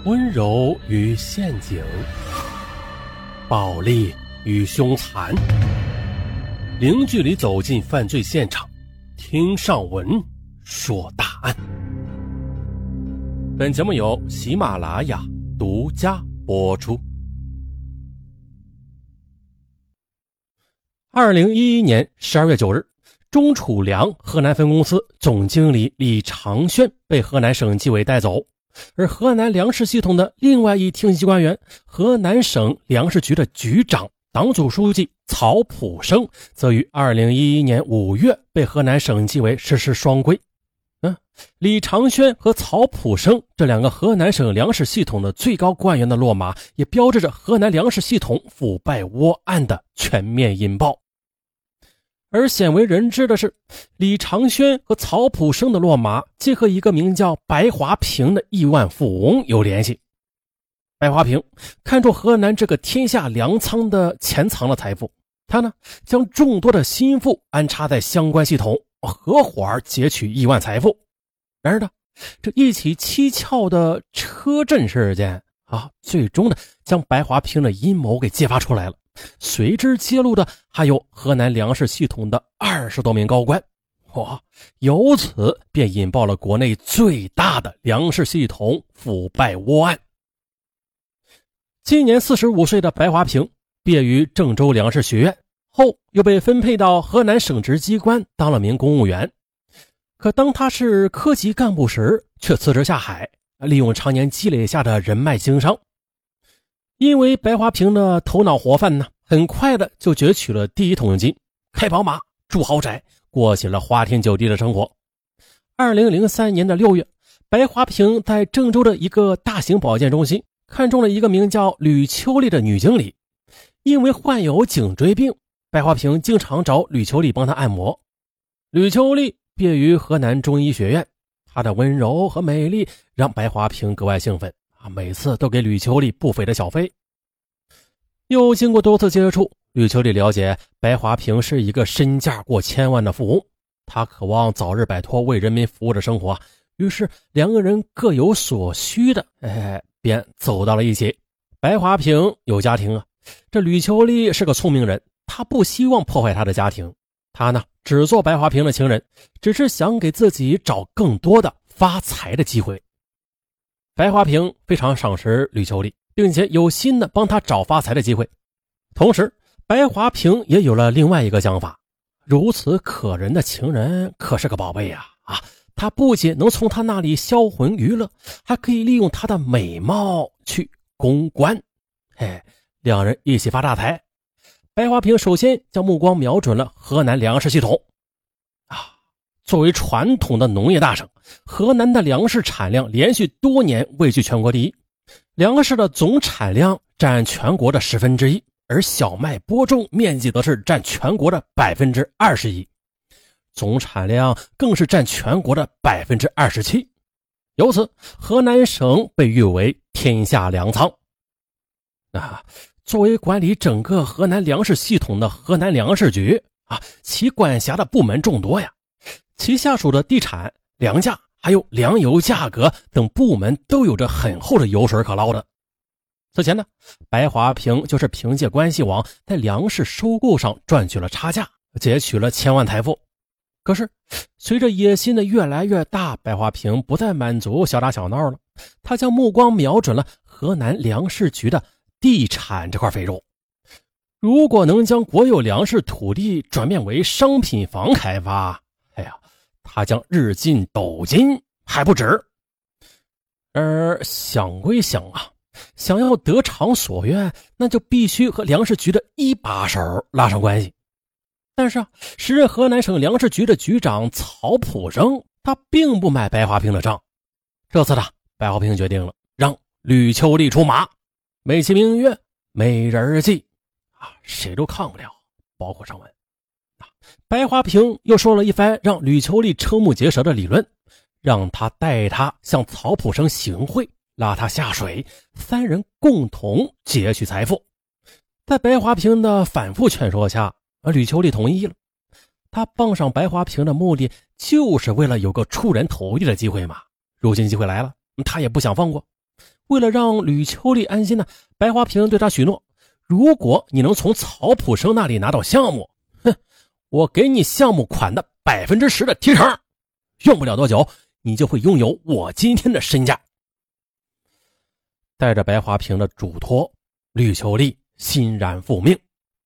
温柔与陷阱，暴力与凶残，零距离走进犯罪现场，听上文说大案。本节目由喜马拉雅独家播出。2011年12月9日，钟楚良河南分公司总经理李长轩被河南省纪委带走，而河南粮食系统的另外一厅级官员，河南省粮食局的局长、党组书记曹普生，则于2011年5月被河南省纪委实施双规。李长轩和曹普生这两个河南省粮食系统的最高官员的落马，也标志着河南粮食系统腐败窝案的全面引爆。而鲜为人知的是，李长轩和曹普生的落马皆和一个名叫白华平的亿万富翁有联系。白华平看中河南这个天下粮仓的潜藏的财富，他呢将众多的心腹安插在相关系统，合伙劫取亿万财富。然而呢，这一起蹊跷的车震事件最终呢将白华平的阴谋给揭发出来了。随之揭露的还有河南粮食系统的20多名高官，由此便引爆了国内最大的粮食系统腐败窝案。今年45岁的白华平毕业于郑州粮食学院，后又被分配到河南省直机关当了名公务员。可当他是科级干部时，却辞职下海，利用常年积累下的人脉经商。因为白华平的头脑活泛呢，很快的就攫取了第一桶金，开宝马，住豪宅，过起了花天酒地的生活。2003年的6月，白华平在郑州的一个大型保健中心看中了一个名叫吕秋丽的女经理。因为患有颈椎病，白华平经常找吕秋丽帮他按摩。吕秋丽毕业于河南中医学院，她的温柔和美丽让白华平格外兴奋，每次都给吕秋丽不菲的小费。又经过多次接触，吕秋丽了解白华平是一个身价过千万的富翁，他渴望早日摆脱为人民服务的生活，于是两个人各有所需的便走到了一起。白华平有家庭这吕秋丽是个聪明人，他不希望破坏他的家庭，他呢只做白华平的情人，只是想给自己找更多的发财的机会。白华平非常赏识吕秋丽，并且有心的帮他找发财的机会。同时白华平也有了另外一个想法，如此可人的情人可是个宝贝他不仅能从他那里销魂娱乐，还可以利用他的美貌去公关，两人一起发大财。白华平首先将目光瞄准了河南粮食系统。作为传统的农业大省，河南的粮食产量连续多年位居全国第一，粮食的总产量占全国的1/10，而小麦播种面积则是占全国的21%，总产量更是占全国的27%。由此，河南省被誉为天下粮仓。作为管理整个河南粮食系统的河南粮食局其管辖的部门众多呀，其下属的地产、粮价还有粮油价格等部门都有着很厚的油水可捞的。此前呢，白华平就是凭借关系网在粮食收购上赚取了差价，劫取了千万财富。可是随着野心的越来越大，白华平不再满足小打小闹了，他将目光瞄准了河南粮食局的地产这块肥肉。如果能将国有粮食土地转变为商品房开发，他将日进斗金还不止。而想归想想要得偿所愿，那就必须和粮食局的一把手拉上关系。但是时任河南省粮食局的局长曹普生，他并不买白华平的账。这次白华平决定了让吕秋丽出马，美其名曰美人计谁都抗不了，包括上文。白华平又说了一番让吕秋丽瞠目结舌的理论，让他带他向曹普生行贿，拉他下水，3人共同劫取财富。在白华平的反复劝说下，吕秋丽同意了。他傍上白华平的目的就是为了有个出人头地的机会嘛。如今机会来了，他也不想放过。 为了让吕秋丽安心呢，白华平对他许诺，如果你能从曹普生那里拿到项目，我给你项目款的10%的提成，用不了多久，你就会拥有我今天的身价。带着白华平的嘱托，吕秋丽欣然复命。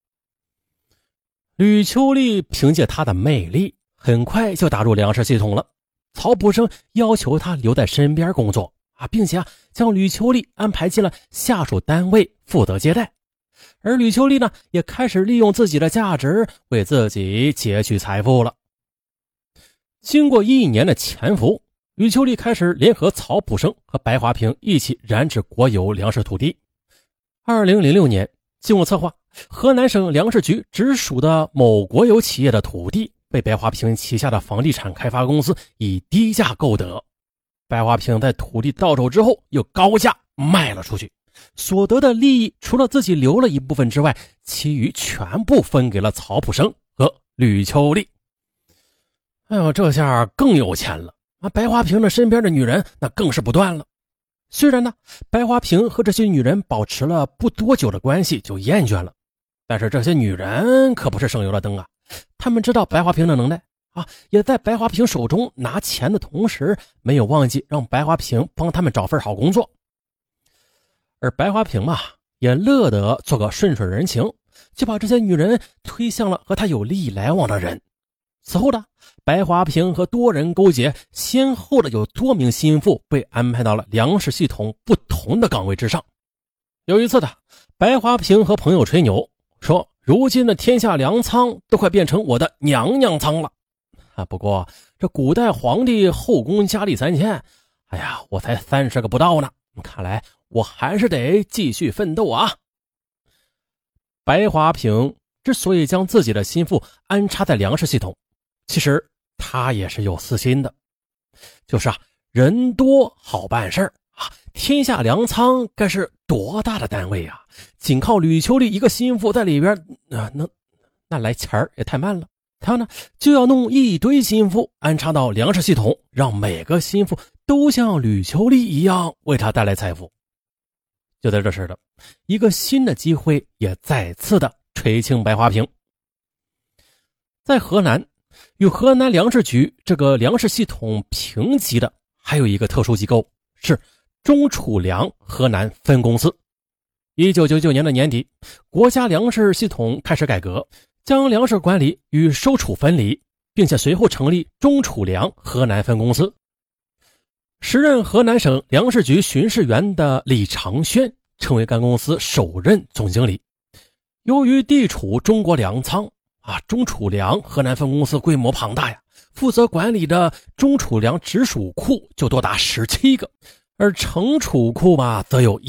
吕秋丽凭借她的魅力，很快就打入粮食系统了。曹普生要求她留在身边工作并且将吕秋丽安排进了下属单位负责接待。而吕秋丽呢，也开始利用自己的价值为自己攫取财富了。经过1年的潜伏，吕秋丽开始联合曹普生和白华平一起染指国有粮食土地。2006年，经过策划，河南省粮食局直属的某国有企业的土地被白华平旗下的房地产开发公司以低价购得。白华平在土地到手之后又高价卖了出去，所得的利益除了自己留了一部分之外，其余全部分给了曹普生和吕秋丽。这下更有钱了，白华平的身边的女人那更是不断了。虽然呢，白华平和这些女人保持了不多久的关系就厌倦了，但是这些女人可不是省油的灯她们知道白华平的能耐也在白华平手中拿钱的同时，没有忘记让白华平帮他们找份好工作。而白华平也乐得做个顺水人情，就把这些女人推向了和他有利益来往的人。此后呢，白华平和多人勾结，先后的有多名心腹被安排到了粮食系统不同的岗位之上。有一次的，白华平和朋友吹牛说，如今的天下粮仓都快变成我的娘娘仓了不过这古代皇帝后宫佳丽3000，我才30个不到呢，看来我还是得继续奋斗白华平之所以将自己的心腹安插在粮食系统，其实他也是有私心的，就是人多好办事天下粮仓该是多大的单位仅靠吕秋丽一个心腹在里边那来钱儿也太慢了。他呢就要弄一堆心腹安插到粮食系统，让每个心腹都像吕秋丽一样为他带来财富。就在这时的一个新的机会也再次的垂青白华平。在河南，与河南粮食局这个粮食系统平级的还有一个特殊机构，是中储粮河南分公司。1999年的年底，国家粮食系统开始改革，将粮食管理与收储分离，并且随后成立中储粮河南分公司。时任河南省粮食局巡视员的李长轩成为该公司首任总经理。由于地处中国粮仓中储粮河南分公司规模庞大负责管理的中储粮直属库就多达17个，而城储库则有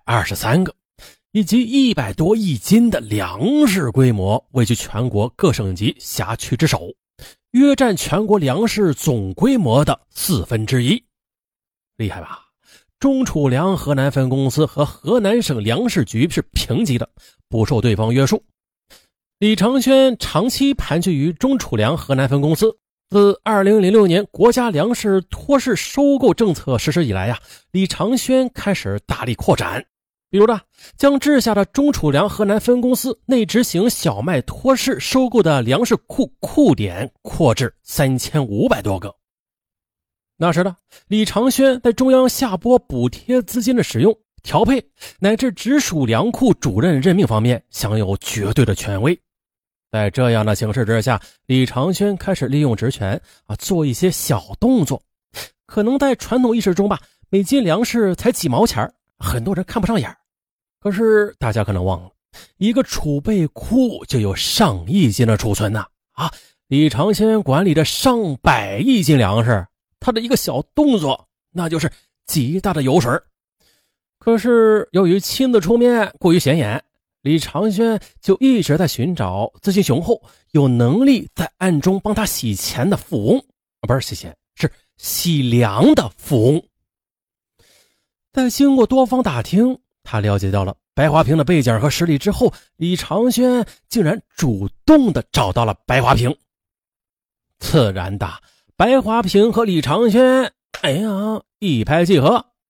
123个，以及100多亿斤的粮食规模，位居全国各省级辖区之首，约占全国粮食总规模的1/4。厉害吧？中储粮河南分公司和河南省粮食局是平级的，不受对方约束。李长轩长期盘踞于中储粮河南分公司，自2006年国家粮食托市收购政策实施以来李长轩开始大力扩展。比如将治下的中储粮河南分公司内执行小麦托市收购的粮食库点扩至3500多个。那时李长轩在中央下拨补贴资金的使用、调配乃至直属粮库主任任命方面享有绝对的权威。在这样的形势之下，李长轩开始利用职权做一些小动作。可能在传统意识中每斤粮食才几毛钱，很多人看不上眼。可是大家可能忘了，一个储备库就有上亿斤的储存李长轩管理着上百亿斤粮食，他的一个小动作那就是极大的油水。可是由于亲自出面过于显眼，李长轩就一直在寻找资金雄厚、有能力在暗中帮他洗钱的富翁，不是洗钱，是洗粮的富翁。在经过多方打听，他了解到了白华平的背景和实力之后，李长轩竟然主动的找到了白华平。自然的，白华平和李长轩一拍即合，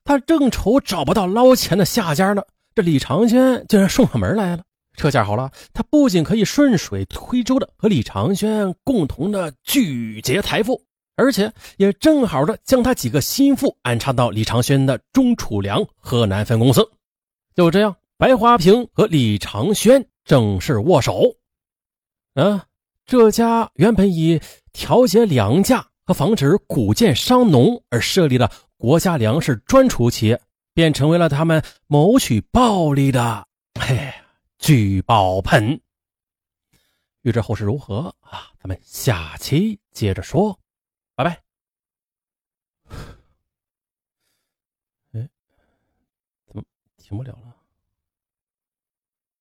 他正愁找不到捞钱的下家呢，这李长轩竟然送上门来了。这下好了，他不仅可以顺水推舟的和李长轩共同的聚劫财富，而且也正好的将他几个心腹安插到李长轩的钟楚良河南分公司。就这样，白华平和李长轩正式握手。这家原本以调节粮价和防止谷贱伤农而设立的国家粮食专储企业，便成为了他们谋取暴利的聚宝盆。欲知后事如何咱们下期接着说，拜拜。怎么停不了了？